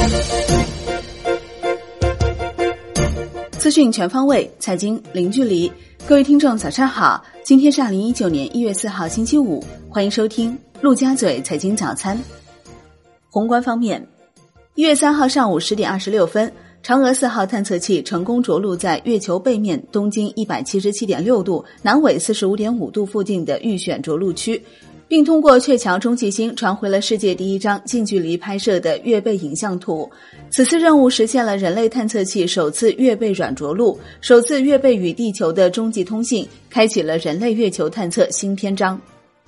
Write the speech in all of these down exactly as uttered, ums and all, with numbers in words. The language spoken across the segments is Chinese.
资讯全方位，财经零距离。各位听众早上好，今天是二零一九年一月四号星期五，欢迎收听陆家嘴财经早餐。宏观方面，一月三号上午十点二十六分，嫦娥四号探测器成功着陆在月球背面东经一百七十七点六度、南纬四十五点五度附近的预选着陆区，并通过鹊桥中继星传回了世界第一张近距离拍摄的月背影像图。此次任务实现了人类探测器首次月背软着陆，首次月背与地球的中继通信，开启了人类月球探测新篇章。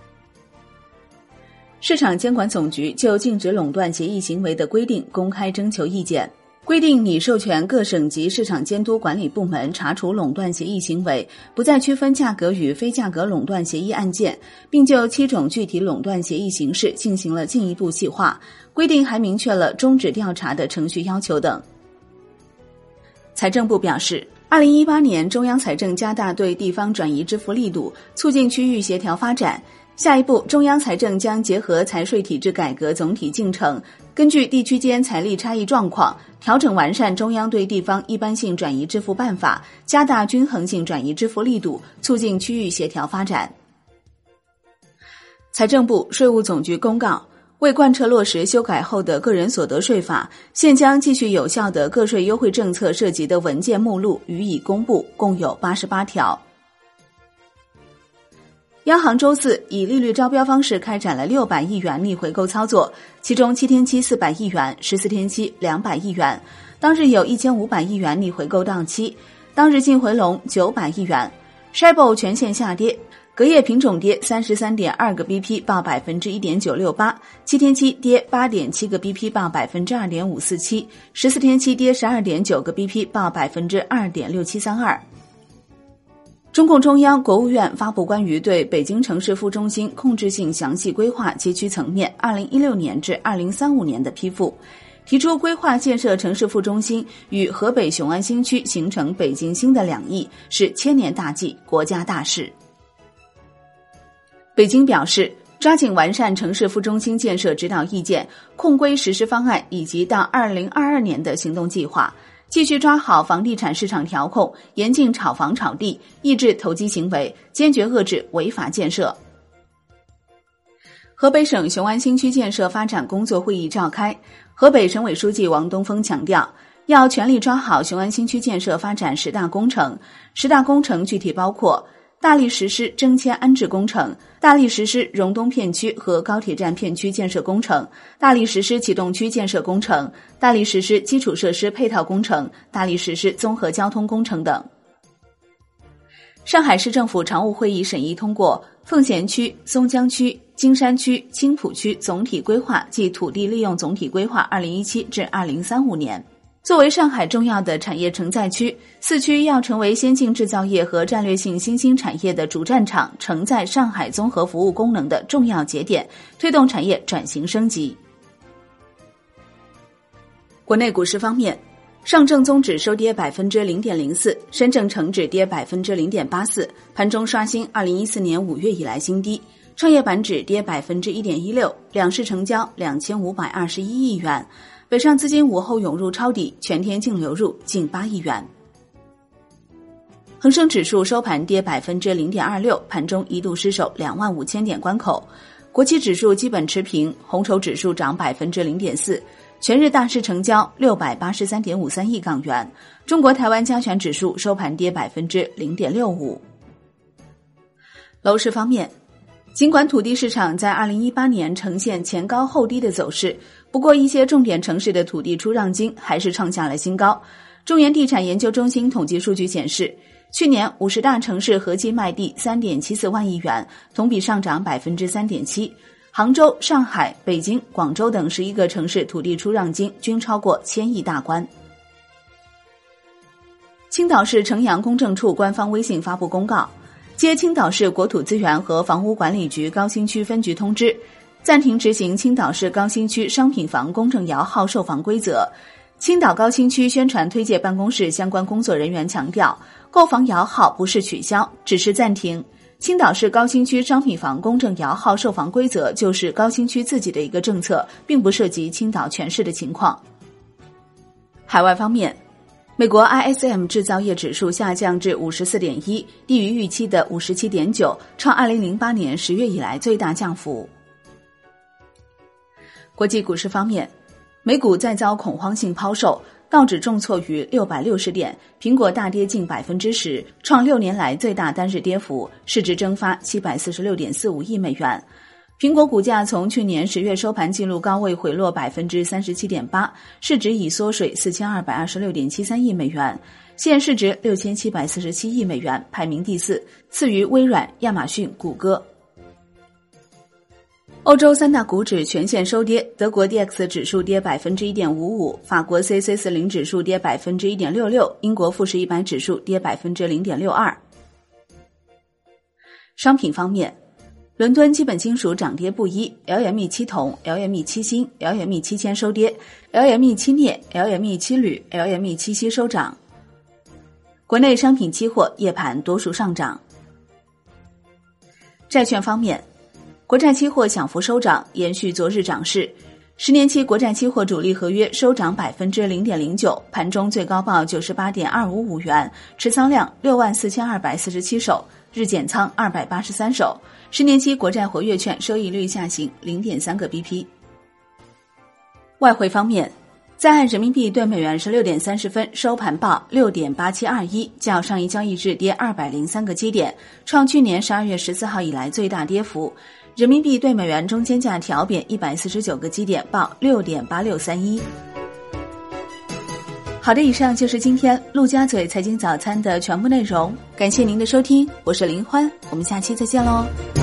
市场监管总局就禁止垄断协议行为的规定公开征求意见，规定拟授权各省级市场监督管理部门查处垄断协议行为，不再区分价格与非价格垄断协议案件，并就七种具体垄断协议形式进行了进一步细化。规定还明确了终止调查的程序要求等。财政部表示，二零一八年中央财政加大对地方转移支付力度，促进区域协调发展。下一步，中央财政将结合财税体制改革总体进程，根据地区间财力差异状况，调整完善中央对地方一般性转移支付办法，加大均衡性转移支付力度，促进区域协调发展。财政部、税务总局公告，为贯彻落实修改后的个人所得税法，现将继续有效的个税优惠政策涉及的文件目录予以公布，共有八十八条。央行周四以利率招标方式开展了六百亿元逆回购操作，其中七天期四百亿元，十四天期两百亿元。当日有一千五百亿元逆回购到期，当日净回笼九百亿元。S H I B O 全线下跌，隔夜品种跌 三十三点二 个 B P 报 百分之一点九六八， 七天期跌 八点七 个 B P 报 百分之二点五四七， 十四天期跌 十二点九 个 B P 报 百分之二点六七三二。中共中央、国务院发布关于对北京城市副中心控制性详细规划街区层面二零一六年至二零三五年的批复，提出规划建设城市副中心与河北雄安新区形成北京新的两翼，是千年大计、国家大事。北京表示，抓紧完善城市副中心建设指导意见、控规实施方案以及到二零二二年的行动计划，继续抓好房地产市场调控，严禁炒房炒地，抑制投机行为，坚决遏制违法建设。河北省雄安新区建设发展工作会议召开，河北省委书记王东峰强调，要全力抓好雄安新区建设发展十大工程。十大工程具体包括大力实施征迁安置工程，大力实施荣东片区和高铁站片区建设工程，大力实施启动区建设工程，大力实施基础设施配套工程，大力实施综合交通工程等。上海市政府常务会议审议通过奉贤区、松江区、金山区、青浦区总体规划暨土地利用总体规划二零一七至二零三五年。作为上海重要的产业承载区，四区要成为先进制造业和战略性新兴产业的主战场，承载上海综合服务功能的重要节点，推动产业转型升级。国内股市方面，上证综指收跌 百分之零点零四， 深证成指跌 百分之零点八四， 盘中刷新二零一四年五月以来新低。创业板指跌 百分之一点一六， 两市成交两千五百二十一亿元。北上资金午后涌入抄底，全天净流入近八亿元。恒生指数收盘跌 百分之零点二六， 盘中一度失守两万五千点关口。国企指数基本持平，红筹指数涨 百分之零点四， 全日大市成交六百八十三点五三亿港元。中国台湾加权指数收盘跌 百分之零点六五。楼市方面，尽管土地市场在二零一八年呈现前高后低的走势，不过一些重点城市的土地出让金还是创下了新高。中原地产研究中心统计数据显示，去年五十大城市合计卖地 三点七四万亿元，同比上涨 百分之三点七。杭州、上海、北京、广州等十一个城市土地出让金均超过千亿大关。青岛市城阳公证处官方微信发布公告，接青岛市国土资源和房屋管理局高新区分局通知，暂停执行青岛市高新区商品房公证摇号售房规则。青岛高新区宣传推介办公室相关工作人员强调，购房摇号不是取消，只是暂停。青岛市高新区商品房公证摇号售房规则就是高新区自己的一个政策，并不涉及青岛全市的情况。 海外方面，美国 I S M 制造业指数下降至 五十四点一， 低于预期的 五十七点九， 创二零零八年十月以来最大降幅。国际股市方面，美股再遭恐慌性抛售，道指重挫逾六百六十点，苹果大跌近 百分之十， 创六年来最大单日跌幅，市值蒸发 七百四十六点四五亿美元。苹果股价从去年十月收盘纪录高位回落 百分之三十七点八， 市值已缩水 四千二百二十六点七三亿美元，现市值六千七百四十七亿美元，排名第四，次于微软、亚马逊、谷歌。欧洲三大股指全线收跌，德国 D X 指数跌 百分之一点五五， 法国 C C 四十 指数跌 百分之一点六六， 英国富时一百指数跌 百分之零点六二。商品方面，伦敦基本金属涨跌不一 ，L M E 七铜、L M E 七锌、L M E 七铅收跌 ，L M E 七镍、L M E 七铝、L M E 七锡收涨。国内商品期货夜盘多数上涨。债券方面，国债期货小幅收涨，延续昨日涨势。十年期国债期货主力合约收涨 百分之零点零九， 盘中最高报 九十八点二五五元，持仓量六万四千二百四十七手，日减仓二百八十三手。十年期国债活跃券收益率下行 零点三个 B P。 外汇方面，在岸人民币对美元十六点三十分收盘报 六点八七二一， 较上一交易日跌二百零三个基点，创去年十二月十四号以来最大跌幅。人民币对美元中间价调贬一百四十九个基点，报 六点八六三一。好的，以上就是今天陆家嘴财经早餐的全部内容，感谢您的收听，我是林欢，我们下期再见喽。